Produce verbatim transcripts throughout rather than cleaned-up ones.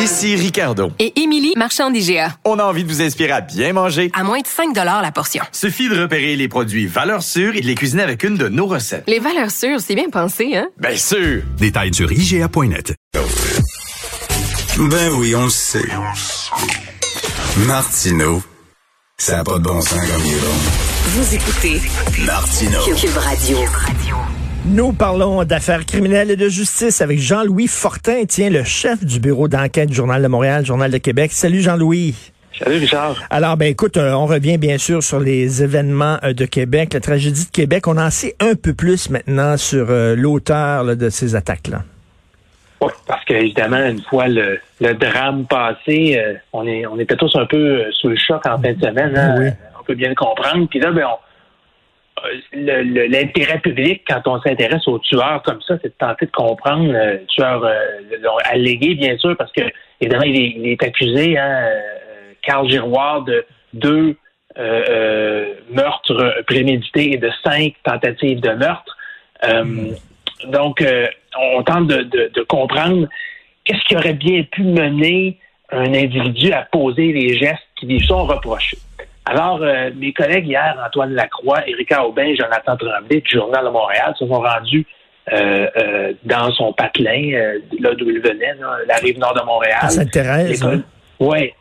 Ici Ricardo. Et Émilie, marchand d'I G A. On a envie de vous inspirer à bien manger. À moins de cinq dollars la portion. Suffit de repérer les produits valeurs sûres et de les cuisiner avec une de nos recettes. Les valeurs sûres, c'est bien pensé, hein? Bien sûr! Détails sur I G A point net. Ben oui, on le sait. Martineau, ça n'a pas de bon sens comme il est bon. Vous écoutez Martineau. Cube Radio. Nous parlons d'affaires criminelles et de justice avec Jean-Louis Fortin, tiens, le chef du bureau d'enquête du Journal de Montréal, Journal de Québec. Salut Jean-Louis. Salut Richard. Alors, ben écoute, euh, on revient bien sûr sur les événements euh, de Québec, la tragédie de Québec. On en sait un peu plus maintenant sur euh, l'auteur là, de ces attaques-là. Oui, parce qu'évidemment, une fois le, le drame passé, euh, on est on était tous un peu sous le choc en fin de semaine. Hein? Oui. On peut bien le comprendre. Puis là, ben on Le, le, l'intérêt public, quand on s'intéresse aux tueurs comme ça, c'est de tenter de comprendre le euh, tueur euh, allégué, bien sûr, parce que évidemment, il est, il est accusé, hein, Carl Giroir, de deux euh, euh, meurtres prémédités et de cinq tentatives de meurtre. Euh, mmh. Donc, euh, on tente de, de, de comprendre qu'est-ce qui aurait bien pu mener un individu à poser les gestes qui lui sont reprochés. Alors, euh, mes collègues hier, Antoine Lacroix, Érica Aubin, Jonathan Tremblay du Journal de Montréal se sont rendus euh, euh, dans son patelin, euh, là d'où il venait, là, la rive nord de Montréal. À Sainte-Thérèse, hein? Oui.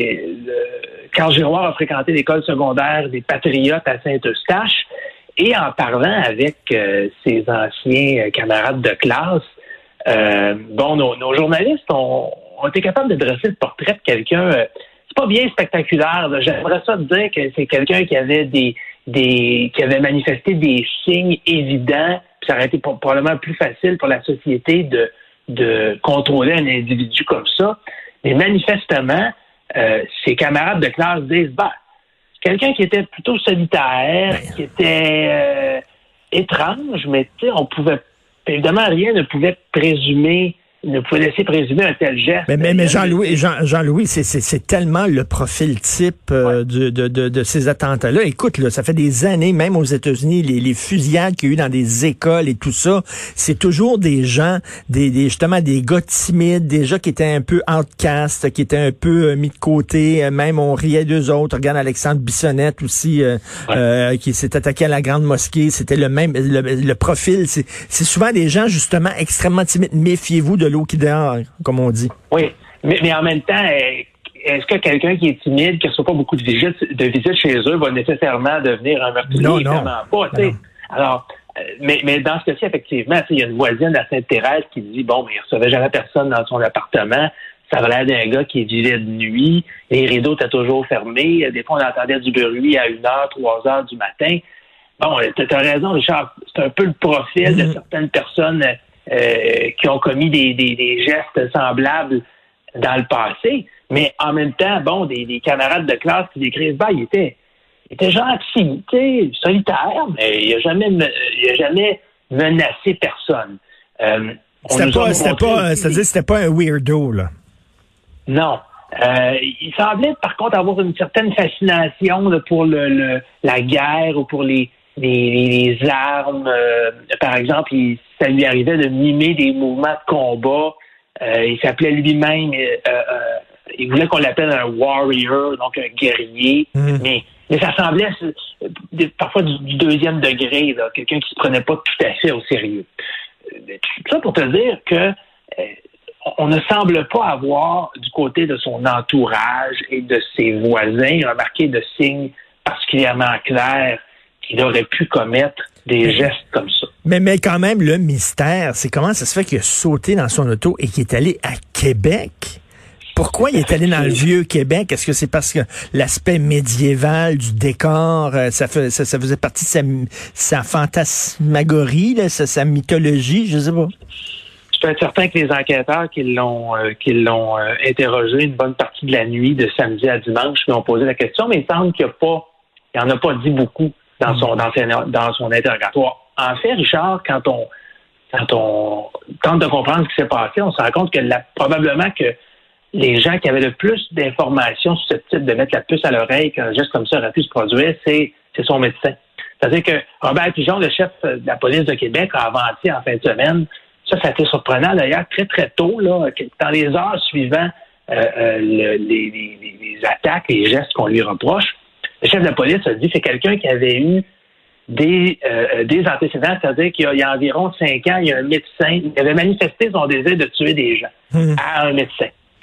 Carl Giroir a fréquenté l'école secondaire des Patriotes à Saint-Eustache et en parlant avec euh, ses anciens camarades de classe, euh, bon, nos, nos journalistes ont, ont été capables de dresser le portrait de quelqu'un... Euh, c'est pas bien spectaculaire. Là. J'aimerais ça te dire que c'est quelqu'un qui avait des, des qui avait manifesté des signes évidents. Puis ça aurait été probablement plus facile pour la société de, de contrôler un individu comme ça. Mais manifestement, euh, ses camarades de classe disent bah, c'est quelqu'un qui était plutôt solitaire, qui était euh, étrange, mais tu sais, on pouvait évidemment rien ne pouvait présumer. Il ne pouvait laisser présumer un tel geste. Mais, mais, mais Jean-Louis, Jean, Jean-Louis, c'est, c'est, c'est tellement le profil type euh, ouais. de, de, de, de ces attentats-là. Écoute, là, ça fait des années, même aux États-Unis, les, les fusillades qu'il y a eu dans des écoles et tout ça, c'est toujours des gens, des, des justement des gars timides, des gens qui étaient un peu outcast, qui étaient un peu euh, mis de côté. Euh, même on riait d'eux autres. Regarde Alexandre Bissonnette aussi, euh, ouais. euh, qui s'est attaqué à la Grande Mosquée. C'était le même, le, le profil. C'est, c'est souvent des gens justement extrêmement timides. Méfiez-vous de l'eau qui dehors, comme on dit. Oui, mais, mais en même temps, est-ce que quelqu'un qui est timide, qui ne reçoit pas beaucoup de visites, de visites chez eux, va nécessairement devenir un meurtrier? Non, non. Évidemment pas, tu sais. Alors, mais, mais dans ce cas-ci, effectivement, il y a une voisine à Sainte-Thérèse qui dit, bon, mais il ne recevait jamais personne dans son appartement. Ça avait l'air d'un gars qui vivait de nuit. Les rideaux étaient toujours fermés. Des fois, on entendait du bruit à une heure, trois heures du matin. Bon, tu as raison, Richard. C'est un peu le profil mm-hmm. de certaines personnes Euh, qui ont commis des, des, des gestes semblables dans le passé, mais en même temps, bon, des, des camarades de classe qui décrivent, bah, il était, il était gentil, tu sais, solitaire, mais il n'a jamais, il a jamais menacé personne. Euh, c'était pas, c'était pas, c'est-à-dire, c'était pas un weirdo, là. Non. Euh, il semblait, par contre, avoir une certaine fascination là, pour le, le, la guerre ou pour les Les, les, les armes, euh, par exemple, il, ça lui arrivait de mimer des mouvements de combat. Euh, il s'appelait lui-même, euh, euh, il voulait qu'on l'appelle un warrior, donc un guerrier. Mmh. Mais, mais ça semblait euh, parfois du, du deuxième degré, là, quelqu'un qui se prenait pas tout à fait au sérieux. Tout ça pour te dire que euh, on ne semble pas avoir, du côté de son entourage et de ses voisins, remarqué de signes particulièrement clairs qu'il aurait pu commettre des gestes comme ça. Mais, mais quand même, le mystère, c'est comment ça se fait qu'il a sauté dans son auto et qu'il est allé à Québec? Pourquoi il est allé dans le vieux Québec? Est-ce que c'est parce que l'aspect médiéval du décor, ça, fait, ça, ça faisait partie de sa, sa fantasmagorie, là, sa, sa mythologie, je sais pas? Je peux être certain que les enquêteurs qui l'ont, euh, qui l'ont euh, interrogé une bonne partie de la nuit, de samedi à dimanche, lui ont posé la question, mais il semble qu'il n'en a pas dit beaucoup dans son, dans, ses, dans son interrogatoire. En fait, Richard, quand on, quand on tente de comprendre ce qui s'est passé, on se rend compte que la, probablement que les gens qui avaient le plus d'informations susceptibles de mettre la puce à l'oreille qu'un geste comme ça aurait pu se produire, c'est, c'est son médecin. C'est-à-dire que Robert Pigeon, le chef de la police de Québec, a avancé en fin de semaine. Ça, ça a été surprenant d'ailleurs, très, très tôt, là, dans les heures suivant euh, le, les, les, les attaques, les gestes qu'on lui reproche, le chef de la police a dit que c'est quelqu'un qui avait eu des, euh, des antécédents, c'est-à-dire qu'il y a, il y a environ cinq ans, il y a un médecin, il avait manifesté son désir de tuer des gens mmh. à un médecin.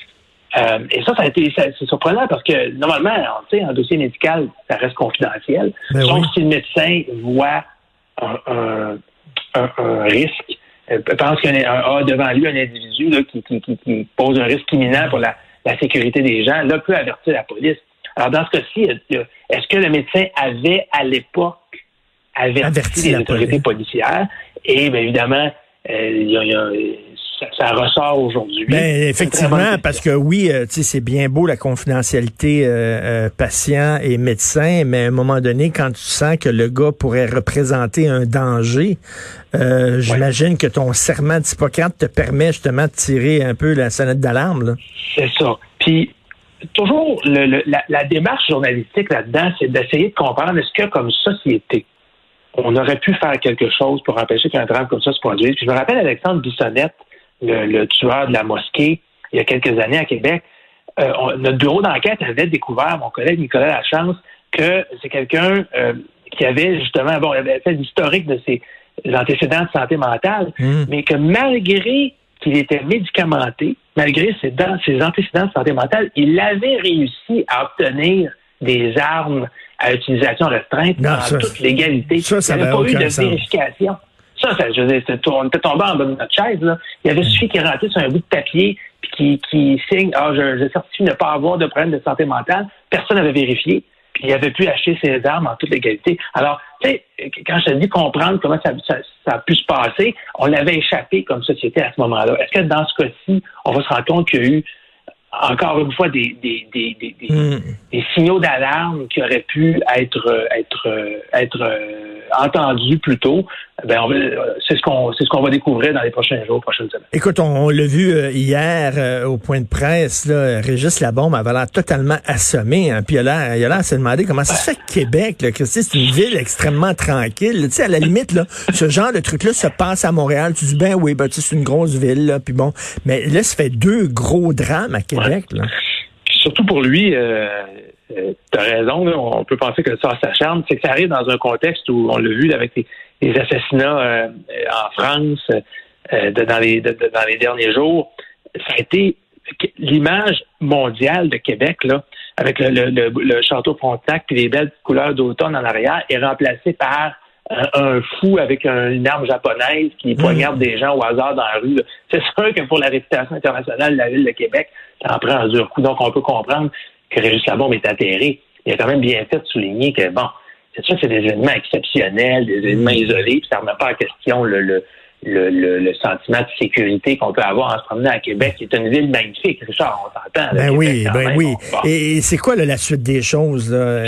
Euh, et ça, ça a été, ça, c'est surprenant parce que normalement, on sait, un dossier médical, ça reste confidentiel. Ben sauf oui. si le médecin voit un, un, un, un risque, euh, pense qu'il y a un, un, devant lui un individu là, qui, qui, qui, qui pose un risque imminent pour la, la sécurité des gens, là, peut avertir la police. Alors, dans ce cas-ci, est-ce que le médecin avait, à l'époque, averti, averti les autorités police. policières? Et, bien évidemment, euh, il y a, il y a Ça, ça ressort aujourd'hui. Ben, effectivement, parce que oui, euh, tu sais, c'est bien beau la confidentialité euh, euh, patient et médecin, mais à un moment donné, quand tu sens que le gars pourrait représenter un danger, euh, ouais. j'imagine que ton serment d'Hippocrate te permet justement de tirer un peu la sonnette d'alarme, là. C'est ça. Puis, toujours, le, le, la, la démarche journalistique là-dedans, c'est d'essayer de comprendre, est-ce que comme société, on aurait pu faire quelque chose pour empêcher qu'un drame comme ça se produise. Puis je me rappelle Alexandre Bissonnette, Le, le tueur de la mosquée, il y a quelques années à Québec, euh, on, notre bureau d'enquête avait découvert, mon collègue Nicolas Lachance, que c'est quelqu'un euh, qui avait justement, bon, il avait fait l'historique de ses antécédents de santé mentale, mmh. mais que malgré qu'il était médicamenté, malgré ses, dents, ses antécédents de santé mentale, il avait réussi à obtenir des armes à utilisation restreinte non, en ça, toute légalité. Ça, ça il n'y avait pas eu de sens. vérification. Ça, ça, je veux dire, on était tombé en bas de notre chaise, là. Il avait suffi qu'il rentrait sur un bout de papier puis qu'il, qu'il signe, ah, je, je certifie ne pas avoir de problème de santé mentale. Personne n'avait vérifié. Puis il avait pu acheter ses armes en toute légalité. Alors, tu sais, quand je te dis comprendre comment ça, ça, ça a pu se passer, on l'avait échappé comme société à ce moment-là. Est-ce que dans ce cas-ci, on va se rendre compte qu'il y a eu encore une fois des, des, des, des, des, mm. des signaux d'alarme qui auraient pu être, être, être euh, entendus plus tôt? Ben, on va, c'est ce qu'on, c'est ce qu'on va découvrir dans les prochains jours, prochaines semaines. Écoute, on, on l'a vu euh, hier euh, au point de presse, là, Régis Labombe avait l'air totalement assommé, hein, puis il a l'air, il a l'air à se demander comment ça se fait que Québec, là, Christy, c'est une ville extrêmement tranquille. Tu sais, à la limite, là, ce genre de truc-là se passe à Montréal. Tu dis, ben oui, ben, tu sais, c'est une grosse ville, là, puis bon. Mais là, ça fait deux gros drames à Québec, ouais. là. Puis surtout pour lui, euh, euh, t'as raison, là, on peut penser que ça s'acharne, c'est que ça arrive dans un contexte où on l'a vu là, avec les les assassinats euh, en France euh, de, dans, les, de, de, dans les derniers jours, ça a été l'image mondiale de Québec, là, avec le, le, le, le château Frontenac puis les belles couleurs d'automne en arrière, est remplacé par un, un fou avec un, une arme japonaise qui poignarde mmh. des gens au hasard dans la rue. Là. C'est sûr que pour la réputation internationale de la ville de Québec, ça en prend un dur coup. Donc, on peut comprendre que Régis Labombe est atterré. Il a quand même bien fait de souligner que, bon, c'est sûr que c'est des événements exceptionnels, des événements isolés, puis ça ne remet pas en question le, le, le, le, le sentiment de sécurité qu'on peut avoir en se promenant à Québec, qui est une ville magnifique. Richard, on s'entend. Ben Québec, oui, ben même, oui. On, bon. Et c'est quoi là, la suite des choses, là?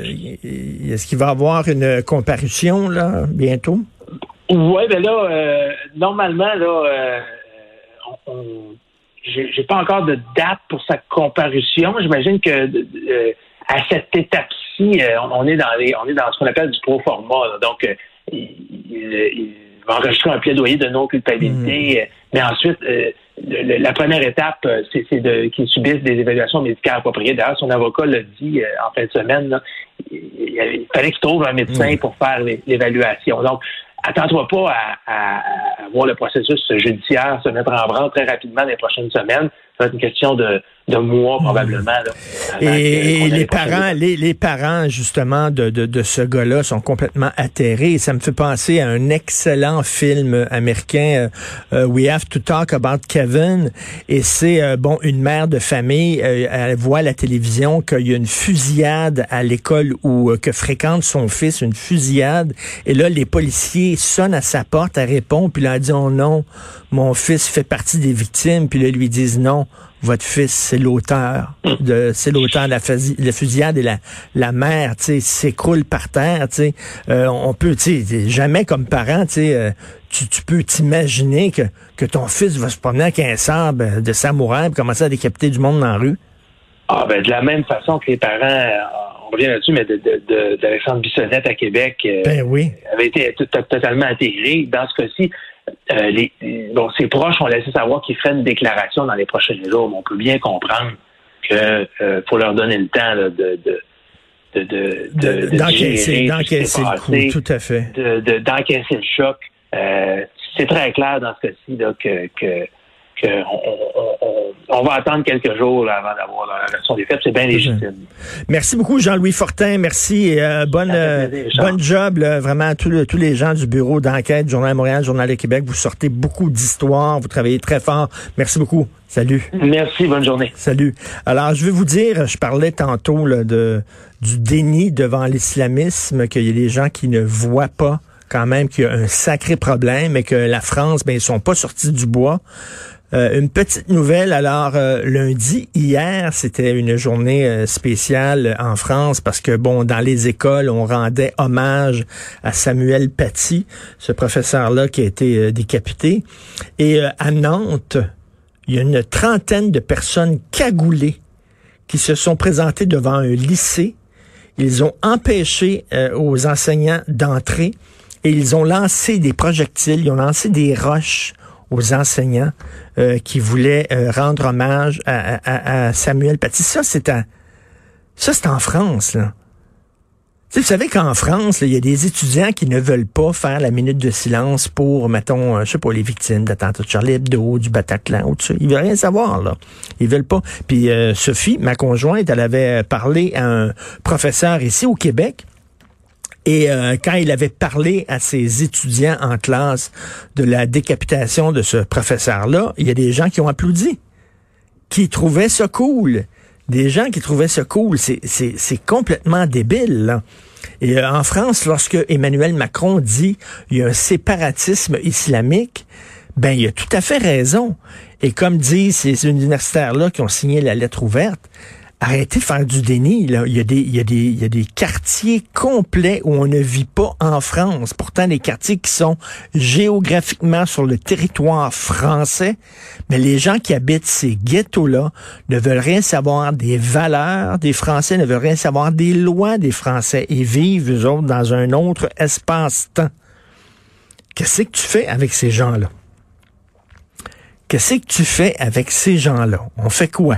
Est-ce qu'il va y avoir une comparution là, bientôt? Oui, ben là, euh, normalement, là, euh, on, on, j'ai, j'ai pas encore de date pour sa comparution. J'imagine que euh, à cette étape-ci, euh, on est dans les, on est dans ce qu'on appelle du pro forma. Là. Donc, euh, il, il, il va enregistrer un plaidoyer de non-culpabilité, mmh. euh, mais ensuite, euh, le, le, la première étape, euh, c'est, c'est de qu'il subisse des évaluations médicales appropriées. D'ailleurs, son avocat l'a dit euh, en fin de semaine. Là, il, il fallait qu'il trouve un médecin mmh. pour faire l'évaluation. Donc, attends-toi pas à, à, à voir le processus judiciaire se mettre en branle très rapidement dans les prochaines semaines. Ça va être une question de, de mois, probablement. Là, et et les parents, les, les parents, justement, de, de, de ce gars-là sont complètement atterrés. Ça me fait penser à un excellent film américain, uh, We Have to Talk About Kevin. Et c'est, euh, bon, une mère de famille, euh, elle voit à la télévision qu'il y a une fusillade à l'école où euh, que fréquente son fils, une fusillade. Et là, les policiers sonnent à sa porte, elle répond, puis là, elle dit, oh non, mon fils fait partie des victimes. Puis là, lui disent, non, votre fils, c'est l'auteur de, c'est l'auteur de la, fusi- la fusillade et la, la mère, tu sais, s'écroule par terre, tu sais. Euh, on peut, tu sais, jamais comme parent, tu sais, euh, tu, tu peux t'imaginer que, que ton fils va se promener avec un sabre de samouraï et commencer à décapiter du monde dans la rue. Ah, ben, de la même façon que les parents, on revient là-dessus, mais de, de, de, d'Alexandre Bissonnette à Québec, euh, ben oui. avait été tout, totalement atterré. Dans ce cas-ci, euh, les, bon, ses proches ont laissé savoir qu'ils feraient une déclaration dans les prochains jours, mais on peut bien comprendre que euh, faut leur donner le temps là, de, de de de, de, de d'encaisser, d'encaisser le coup, tout à fait, de, de d'encaisser le choc. Euh, c'est très clair dans ce cas-ci là que que que on, on, on, on va attendre quelques jours là, avant d'avoir la version des faits. C'est bien légitime. Merci beaucoup, Jean-Louis Fortin. Merci et euh, bonne euh, bonne job là, vraiment à tous, le, tous les gens du bureau d'enquête, Journal de Montréal, Journal de Québec. Vous sortez beaucoup d'histoires, vous travaillez très fort. Merci beaucoup. Salut. Merci, bonne journée. Salut. Alors, je vais vous dire, je parlais tantôt là, de du déni devant l'islamisme, qu'il y a des gens qui ne voient pas quand même qu'il y a un sacré problème et que la France, ben ils sont pas sortis du bois. Euh, une petite nouvelle, alors euh, lundi, hier, c'était une journée euh, spéciale en France parce que, bon, dans les écoles, on rendait hommage à Samuel Paty, ce professeur-là qui a été euh, décapité. Et euh, à Nantes, il y a une trentaine de personnes cagoulées qui se sont présentées devant un lycée. Ils ont empêché euh, aux enseignants d'entrer et ils ont lancé des projectiles, ils ont lancé des roches aux enseignants euh, qui voulaient euh, rendre hommage à, à, à Samuel Paty. Ça, c'est à, ça, c'est en France, là. Tu sais, vous savez qu'en France, il y a des étudiants qui ne veulent pas faire la minute de silence pour, mettons, euh, je sais pas, les victimes d'attentats de Charlie Hebdo, du Bataclan ou tout ça. Ils veulent rien savoir, là. Ils veulent pas. Puis euh, Sophie, ma conjointe, elle avait parlé à un professeur ici au Québec. Et euh, quand il avait parlé à ses étudiants en classe de la décapitation de ce professeur-là, il y a des gens qui ont applaudi, qui trouvaient ça cool. Des gens qui trouvaient ça cool. C'est, c'est, c'est complètement débile, là. Et euh, en France, lorsque Emmanuel Macron dit il y a un séparatisme islamique, ben il a tout à fait raison. Et comme disent ces universitaires-là qui ont signé la lettre ouverte, arrêtez de faire du déni, là. Il y a des, il y a des, il y a des quartiers complets où on ne vit pas en France. Pourtant, des quartiers qui sont géographiquement sur le territoire français. Mais les gens qui habitent ces ghettos-là ne veulent rien savoir des valeurs des Français, ne veulent rien savoir des lois des Français et vivent, eux autres, dans un autre espace-temps. Qu'est-ce que tu fais avec ces gens-là? Qu'est-ce que tu fais avec ces gens-là? On fait quoi?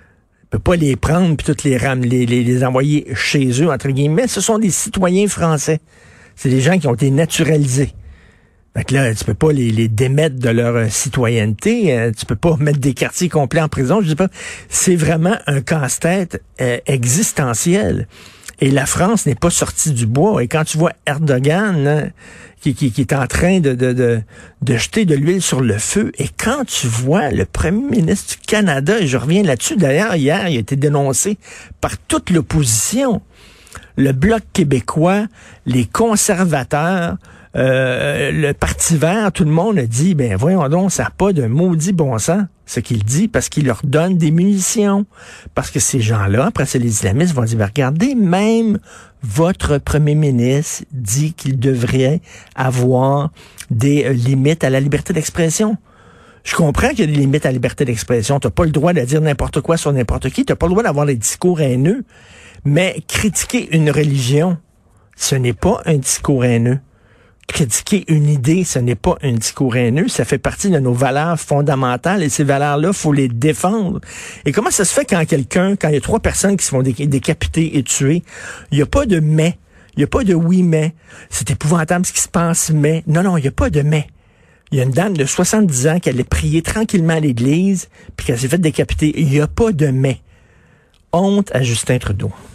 On peut pas les prendre puis toutes les ram les, les, les envoyer chez eux, entre guillemets. Ce sont des citoyens français. C'est des gens qui ont été naturalisés. Fait que là, tu peux pas les, les démettre de leur citoyenneté. Euh, tu peux pas mettre des quartiers complets en prison. Je sais pas. C'est vraiment un casse-tête euh, existentiel. Et la France n'est pas sortie du bois. Et quand tu vois Erdogan hein, qui, qui, qui est en train de, de, de, de jeter de l'huile sur le feu, et quand tu vois le premier ministre du Canada, et je reviens là-dessus, d'ailleurs, hier, il a été dénoncé par toute l'opposition, le Bloc québécois, les conservateurs, euh, le Parti vert, tout le monde a dit, ben voyons donc, ça n'a pas de maudit bon sens, ce qu'il dit, parce qu'il leur donne des munitions. Parce que ces gens-là, après c'est les islamistes, vont dire, ben, regardez, même votre premier ministre dit qu'il devrait avoir des euh, limites à la liberté d'expression. Je comprends qu'il y a des limites à la liberté d'expression. Tu n'as pas le droit de dire n'importe quoi sur n'importe qui. Tu n'as pas le droit d'avoir des discours haineux. Mais critiquer une religion, ce n'est pas un discours haineux. Critiquer une idée, ce n'est pas un discours haineux, ça fait partie de nos valeurs fondamentales et ces valeurs-là, faut les défendre. Et comment ça se fait quand quelqu'un, quand il y a trois personnes qui se font dé- décapiter et tuer, il n'y a pas de mais, il n'y a pas de oui mais, c'est épouvantable ce qui se passe mais, non, non, il n'y a pas de mais. Il y a une dame de soixante-dix ans qui allait prier tranquillement à l'église puis qu'elle s'est fait décapiter, il n'y a pas de mais. Honte à Justin Trudeau.